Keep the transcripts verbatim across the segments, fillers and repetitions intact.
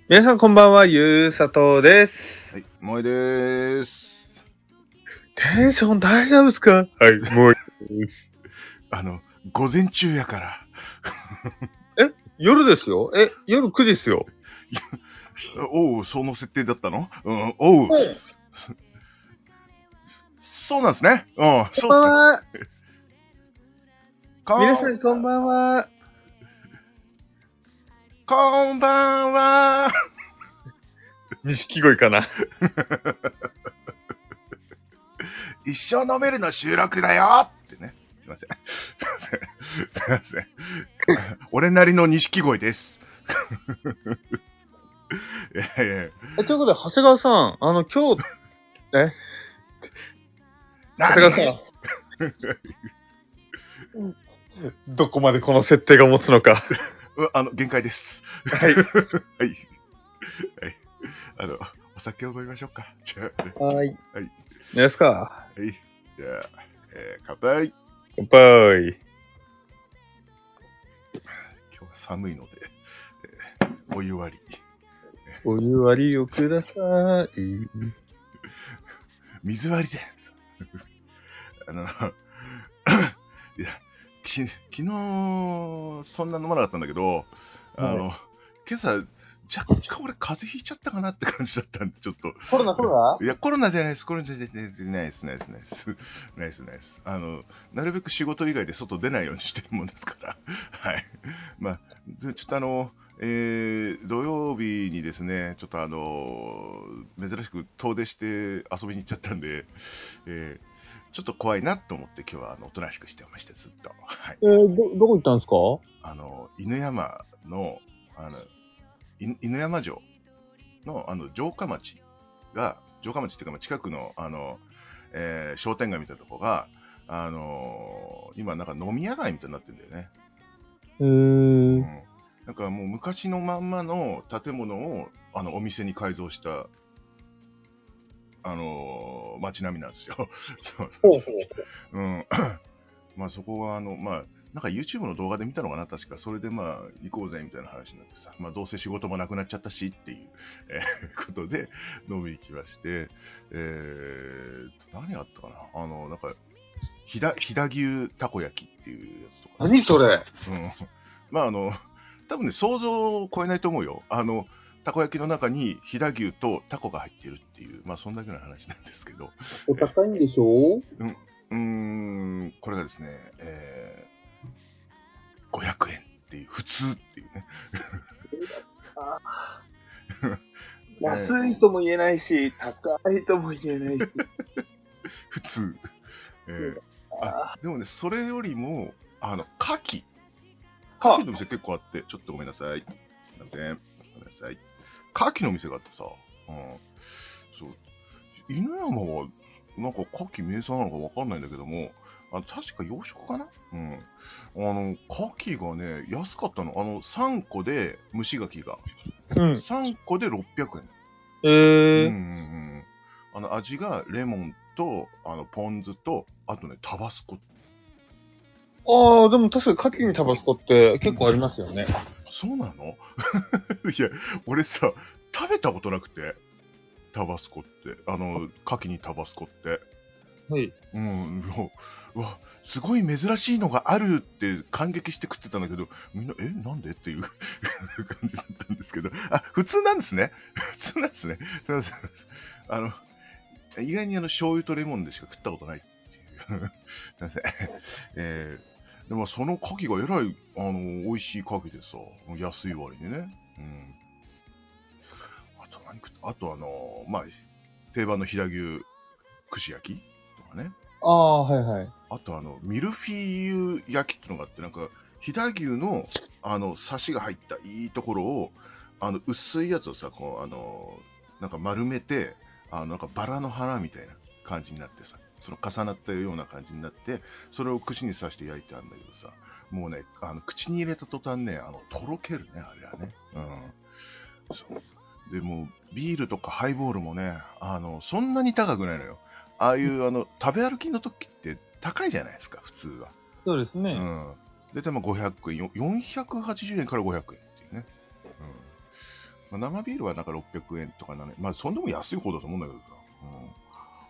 皆さんこんばんは、ゆうさとです。 はい、もえでーす。 テンション大丈夫ですか？はい、もう。 あの、午前中やから。 え、夜ですよ。え、夜くじですよ。 おう、その設定だったの？うん、おう。 うん。 そうなんですね。うん、 こんそうっすね。 ばんは。皆さこん、 んこんばんは。 こんばんは。 錦鯉かな。 一生飲めるの収録だよってね。すいません。すいません。すいません。俺なりの錦鯉です。いやいやいや。 え、ということで、長谷川さん、あの、今日、え長谷何？ 川さん、どこまでこの設定が持つのか。 うあの、限界です。 はい。 はい。はい。あの、お酒を飲みましょうか。じゃあ、 はい。 はい。 何ですか？ はい。じゃあ、えー、乾杯。 乾杯。 今日は寒いので、えー、お湯割り。 お湯割りをください。 水割りで。あの、いや、き昨日、そんな飲まなかったんだけど、あの、はい、今朝、若干俺風邪ひいちゃったかなって感じだったんで、ちょっと。 コロナコロナ？ いや、コロナじゃないです。コロナじゃないです。ないです、ないです、ないです。ないです、ないです。あの、なるべく仕事以外で外出ないようにしてるもんですから。はい。まあ、ちょっとあの、えー、土曜日にですね、ちょっとあの、珍しく遠出して遊びに行っちゃったんで、えーちょっと怖いなと思って今日はあのおとなしくしてました、ずっと。はい。 えー、ど、どこ行ったんですか？ あの、犬山の、あの、犬山城の、あの、城下町が、城下町っていうか、近くの、あの、えー、商店街みたいなとこが、あのー、今なんか飲み屋街みたいになってるんだよね。 へー。ううん。 ん。 なんかもう昔のまんまの建物を、あの、お店に改造した、あのー、街並みなんですよ。そうそうそう。うん。まあそこはあの、まあ、なんか YouTube の動画で見たのかな、確か。それでまあ、行こうぜみたいな話になってさ、まあどうせ仕事もなくなっちゃったしっていう、えーことで飲みに来まして、えーと、何あったかな、あの、なんか、ひだ、ひだ牛たこ焼きっていうやつとか、ね。 何それ？ うん。まああの、多分ね、想像を超えないと思うよ。あの、たこ焼きの中に飛騨牛とタコが入っているっていう、まあそんだけの話なんですけど。 お高いんでしょう？ うん、うーん、これがですね、えー、ごひゃくえんっていう、普通っていうね。 安いとも言えないし、高いとも言えないし。 普通。えー、あ、でもね、それよりも、あの、牡蠣。牡蠣の店結構あって、ちょっとごめんなさい。すいません。ごめんなさい。牡蠣の店があってさ、うん、そう、犬山は、なんか牡蠣名産なのかわかんないんだけども、あの確か養殖かな。うん。あの、牡蠣がね、安かったの。あの、さんこで、蒸し牡蠣が。うん。さんこでろっぴゃくえん。えー。うんうんうん。あの、味がレモンと、あの、ポン酢と、あとね、タバスコ。 ああ、でも確かに牡蠣にタバスコって結構ありますよね。 あ、そうなの？いや、俺さ、食べたことなくて、タバスコって。あの、牡蠣にタバスコって。はい。うん、うわ、すごい珍しいのがあるって感激して食ってたんだけど、みんな、え、なんでっていう感じだったんですけど、あ、普通なんですね。普通なんですね。すみません。あの、意外にあの、醤油とレモンでしか食ったことないっていう。すみません。えー、でもその牡蠣がえらい、あの、美味しい牡蠣でさ、安い割にね。うん。あと何食った？あとあの、まあ、定番の飛騨牛串焼きとかね。 ああ、はいはい。 あとあの、ミルフィーユ焼きってのがあって、なんか、飛騨牛の、あの、サシが入ったいいところを、あの、薄いやつをさ、こう、あの、なんか丸めて、あの、なんかバラの花みたいな感じになってさ、その重なったような感じになって、それを串に刺して焼いてあるんだけどさ、もうね、あの、口に入れた途端ね、あの、とろけるね、あれはね。うん。そう。でも、ビールとかハイボールもね、あの、そんなに高くないのよ。ああいう、あの、食べ歩きの時って高いじゃないですか、普通は。 そうですね。 うん。で、でもごひゃくえん、よんひゃくはちじゅうえんからごひゃくえんっていうね。 まあ、生ビールはなんかろっぴゃくえんとかなね。まあ、そんでも安い方だと思うんだけどさ。うん。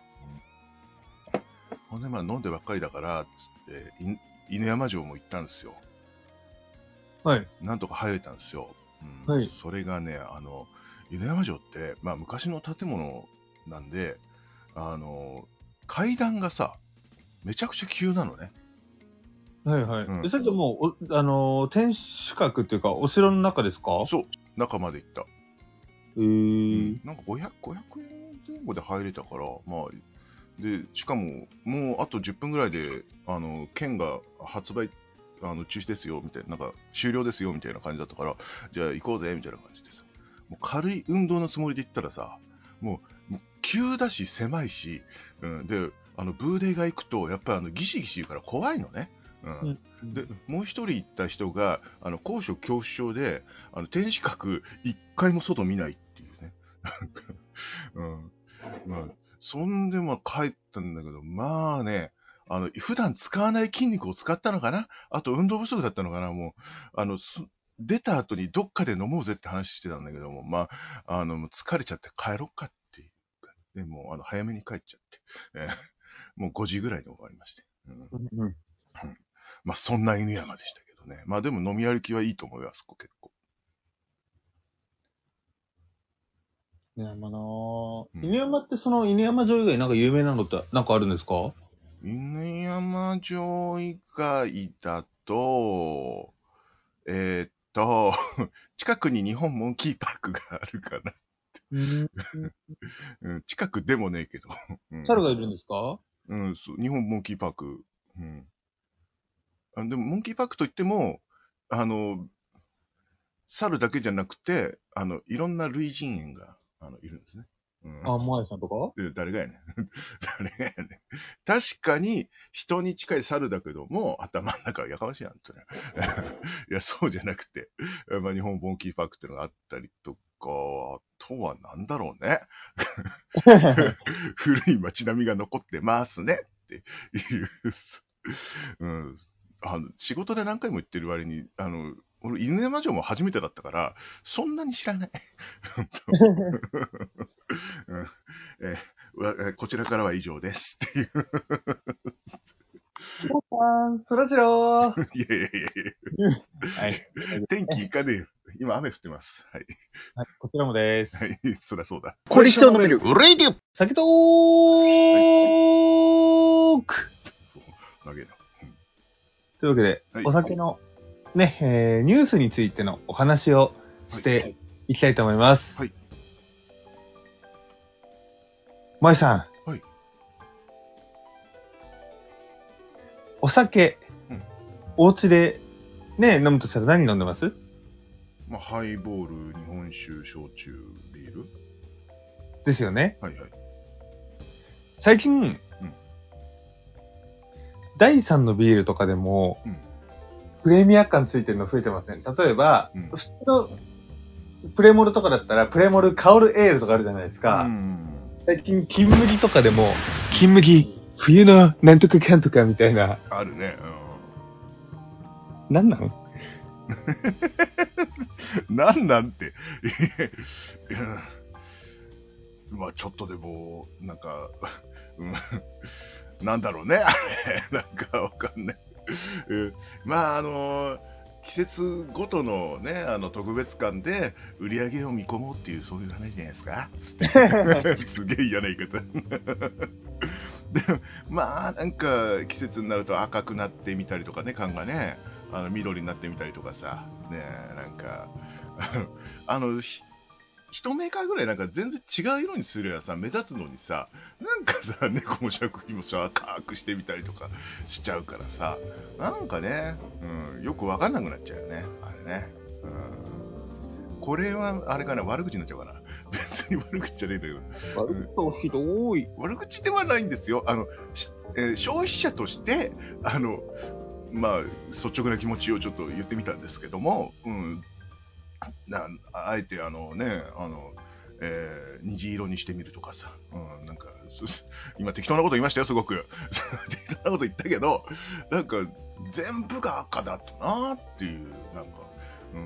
ほんで、まあ、飲んでばっかりだから、つって、犬山城も行ったんですよ。 はい。 なんとか入れたんですよ。うん、 はい。 それがね、あの、犬山城って、まあ、昔の建物なんで、あの、階段がさ、めちゃくちゃ急なのね。 はいはい。 うんえ、それってもう、おあのー天守閣っていうか、お城の中ですか？ そう、中まで行った。 へー。 うん、なんかごひゃく、ごひゃくえんぜん後で入れたから、まあ、で、しかも、もうあとじゅっぷんぐらいで、あの、券が発売、あの、中止ですよ、みたいな、なんか、終了ですよ、みたいな感じだったから、じゃあ行こうぜ、みたいな感じでさ、もう軽い運動のつもりで行ったらさ、もう、もう急だし、狭いし、うん、で、あの、ブーデが行くと、やっぱりあの、ギシギシ言うから怖いのね。うん。 うん。 で、もう一人行った人が、あの、高所恐怖症で、あの、天守閣一回も外見ないっていうね。うん。まあ、そんでまあ帰ったんだけど、まあね、あの、普段使わない筋肉を使ったのかな、あと運動不足だったのかな、もう、あの、す出た後にどっかで飲もうぜって話してたんだけども、まあ、あの、もう疲れちゃって帰ろっかっていうか。でもう、あの、早めに帰っちゃって、えーもうごじぐらいで終わりまして。うん。 うんうん。 うんまあ、そんな犬山でしたけどね。まあ、でも飲み歩きはいいと思います、あそこ結構。 犬山なぁ。 うん。 犬山ってその犬山城以外なんか有名なのってなんかあるんですか？ 犬山城以外だと、えーっと、近くに日本モンキーパークがあるかな。 うん。 うん、近くでもねえけど。うん、 猿がいるんですか？ うん、そう日本モンキーパーク。うん、あでも、モンキーパークといっても、あの、猿だけじゃなくて、あの、いろんな類人猿があのいるんですね。うん、 あ、マーヤさんとか？ で誰がやねん。誰がやねん。確かに人に近い猿だけども、頭の中はやかましいやん、それ。いや、そうじゃなくて、まあ、日本モンキーパークっていうのがあったりとか、あとはなんだろうね。古い街並みが残ってますねっていう、うん、あの仕事で何回も言ってる割に、あの俺、犬山城も初めてだったから、そんなに知らない。本当うんえーわこちらからは以上ですっていう。 皆さん、そらジロー。 いやいやいやいはい。 や。天気いかねえよ。今雨降ってます。はい。 はい、こちらもです。 はい。そりゃそうだ。 これ一生飲める。レディオ酒トーク、 投げな。 というわけで、 はいお酒のね、えーニュースについてのお話をしていきたいと思います。 はい。 まいさん。 はい。 お酒、 うんお家でね、飲むとしたら何飲んでます？ まあ、ハイボール、日本酒、焼酎、ビール。 ですよね。 はいはい。 最近、だいさんのビールとかでも、 うんプレミア感ついてるの増えてますね。例えば、 うん普通のプレモルとかだったら、プレモル香るエールとかあるじゃないですか。 うん最近、金麦とかでも、金麦、冬のなんとかかんとかみたいな。 あるね。 なんなの？ うん、なんなんて。まあちょっとでも、なんか、うん、なんだろうね、あれ。なんかわかんない。うんまああの季節ごとのね、あの特別感で売り上げを見込もうっていう、そういう話じゃないですか。すげえ嫌な言い方。でもまあなんか季節になると赤くなってみたりとかね、缶がね、あの緑になってみたりとかさ、ねなんかあのひ一メーカーぐらいなんか全然違う色にすればさ、目立つのにさ、なんかさ、猫も尺にもさ、赤くしてみたりとかしちゃうからさ、なんかね、うん、よくわかんなくなっちゃうよね、あれね。うん、これは、あれかな、悪口になっちゃうかな。別に悪口じゃねえんだけど。 悪とひどい。 悪口ではないんですよ。あの、えー、消費者として、あの、まあ、率直な気持ちをちょっと言ってみたんですけども、うん、なあえてあのね、あの、えー、虹色にしてみるとかさ、うん、なんか、今適当なこと言いましたよ、すごく。適当なこと言ったけど、なんか、全部が赤だとなっていう、なんか、うん、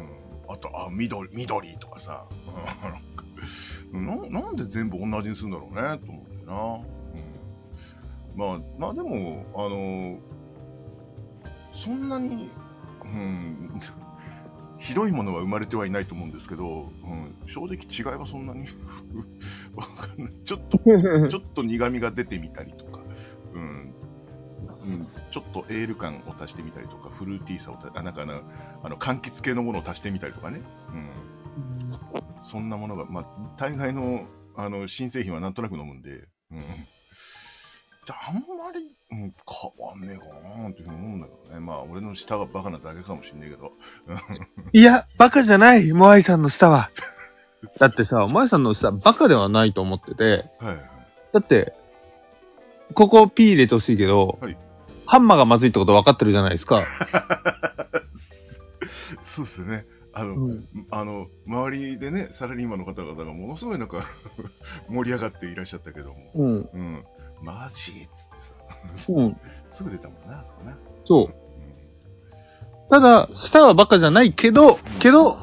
あと、あ、緑、緑とかさ、な, なんで全部同じにするんだろうね、と思ってな。うん、まあ、まあでも、あの、そんなに、うん、ひどいものは生まれてはいないと思うんですけど、うん、正直違いはそんなにちょっと、ちょっと苦味が出てみたりとか、うん、うん、ちょっとエール感を足してみたりとか、フルーティーさをたあなんかあのあの柑橘系のものを足してみたりとかね、うん、そんなものが、まあ、大概のあの新製品はなんとなく飲むんで、うん、あんまり、うん、変わんねえかなーっていうふうに思うんだけどね。まあ、俺の舌がバカなだけかもしんねえけど。 いや、バカじゃない、モアイさんの舌は。だってさ、モアイさんの舌、バカではないと思ってて、はいはい、だって、ここ P 入れてほしいけど、はい、ハンマーがまずいってこと分かってるじゃないですか。 そうですよね。あの、うん、あの、周りでね、サラリーマンの方々がものすごいなんか盛り上がっていらっしゃったけども、うん。うん、マジっつってさ、うん、すぐ出たもんな、そこな。 そう。うん、ただ、舌はバカじゃないけど、けど、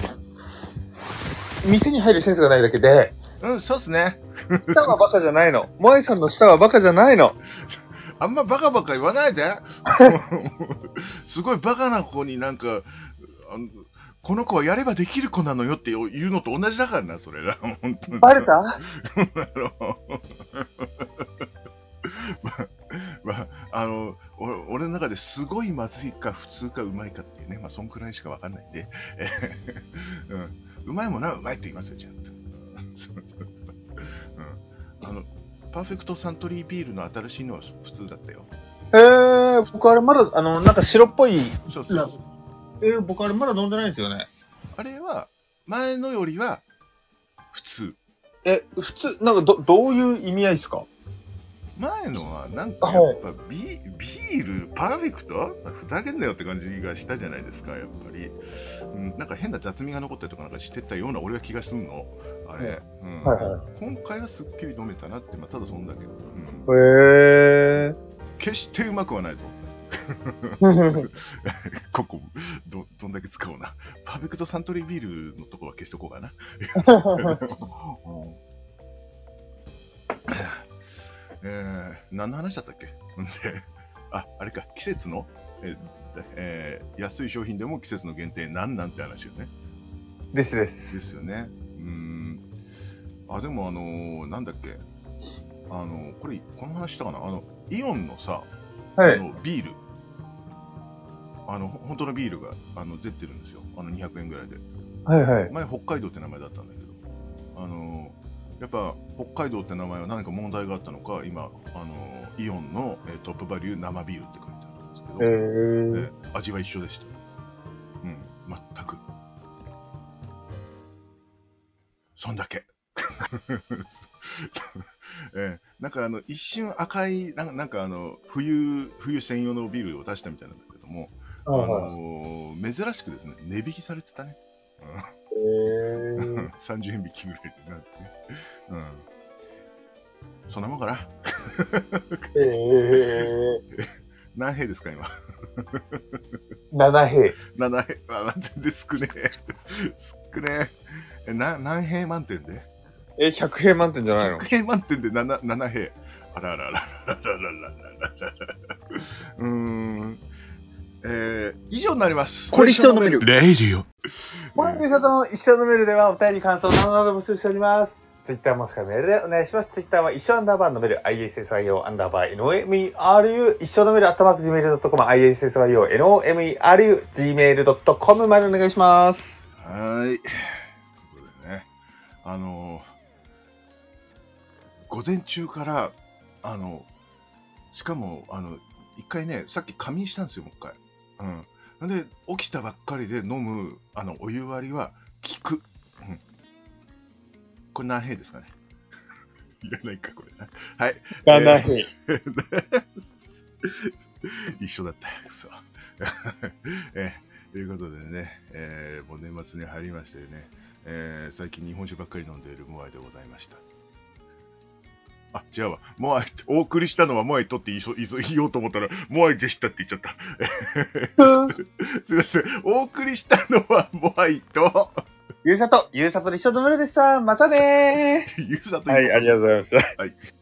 店に入るセンスがないだけで、 うん、そうっすね。 舌はバカじゃないの。モアイさんの舌はバカじゃないの。 あんまバカバカ言わないで。すごいバカな子になんか、あのこの子はやればできる子なのよって言うのと同じだからな、それが。本当にバレたまあ、まあ、あの俺の中ですごいまずいか普通かうまいかっていうね、まあそんくらいしかわかんないんで、うん、うまいものはうまいって言いますよ、ちゃんと。うん、あのパーフェクトサントリービールの新しいのは普通だったよ。 へえー、僕あれまだあのなんか白っぽい。そうそう。えー、僕あれまだ飲んでないんですよね。 あれは前のよりは普通。 え、普通なんかどどういう意味合いですか？ 前のはなんかやっぱビ、はい、ビールパーフェクトふざけんなよって感じがしたじゃないですか、やっぱり、うん、なんか変な雑味が残ったりとかなんかしてたような俺は気がすんのあれ、うん、はいはい、今回はすっきり飲めたなって、まあ、ただそんだけど、うん、へえ決してうまくはないぞここ ど, どんだけ使おうな。パーフェクトサントリービールのとこは消しとこうかなえー、何の話だったっけ？で、あ、あれか、季節の、ええー、安い商品でも季節の限定なんなんて話よね。 ですです。 ですよね。うーん。あ、でもあのー、なんだっけ。あのー、これ、この話したかな？あの、イオンのさ、はい、あのビール。あの、本当のビールがあの出てるんですよ。あのにひゃくえんぐらいで。はいはい。前、北海道って名前だったんだけど。あのー、やっぱ北海道って名前は何か問題があったのか、今、あのイオンの、えー、トップバリュー生ビールって書いてあるんですけど、えーえー、味は一緒でした。うん、全く。そんだけ。えー、なんかあの一瞬赤いなんか、なんかあの冬冬専用のビールを出したみたいなんだけども、あのー、珍しくですね、値引きされてたね。うん、えー、さんじゅうえん引きぐらいになって、うん、そんなもんかな。えー、何兵ですか今。 なな兵。 なな兵。あ、全然少ねえ。少ねえ。な何兵満点で？ え、ひゃく兵満点じゃないの？ ひゃく 兵満点で 7, 7兵。あららららららららら。うーん。えー、以上になります。 これ一生飲める。 レイディオ。 モーニングの一生飲めるではお便り感想などなど募集しております。ツイッターもしくはメールでお願いします。ツイッターは一生アンダーバー飲める アイエスエスワイオー アンダーバー エヌオーエムイーアールユー 一生飲めるアットマーク ジーメールドットコム アイエスエスワイオー エヌオーエムイーアールユー ジーメールドットコム までお願いします。 はい。ということでね、あのー、午前中からあのしかもあの一回ね、さっき仮眠したんですよ、もう一回。うん。で起きたばっかりで飲むあのお湯割りは効く。うん。これ何兵ですかね。いらないかこれな。はい。 なな兵。 一緒だった。くそ。えー、ということでね、えー、もう年末に入りましてね、えー、最近日本酒ばっかり飲んでいるモアイでございました。 あ、違うわ。モアイ、お送りしたのはモアイとって言いそう、言いそう言おうと思ったら、モアイでしたって言っちゃった。すいません。お送りしたのはモアイと、 ゆうさと、ゆうさとで一緒のメールでした。またねー。 ゆうさとはい、ありがとうございました。 はい。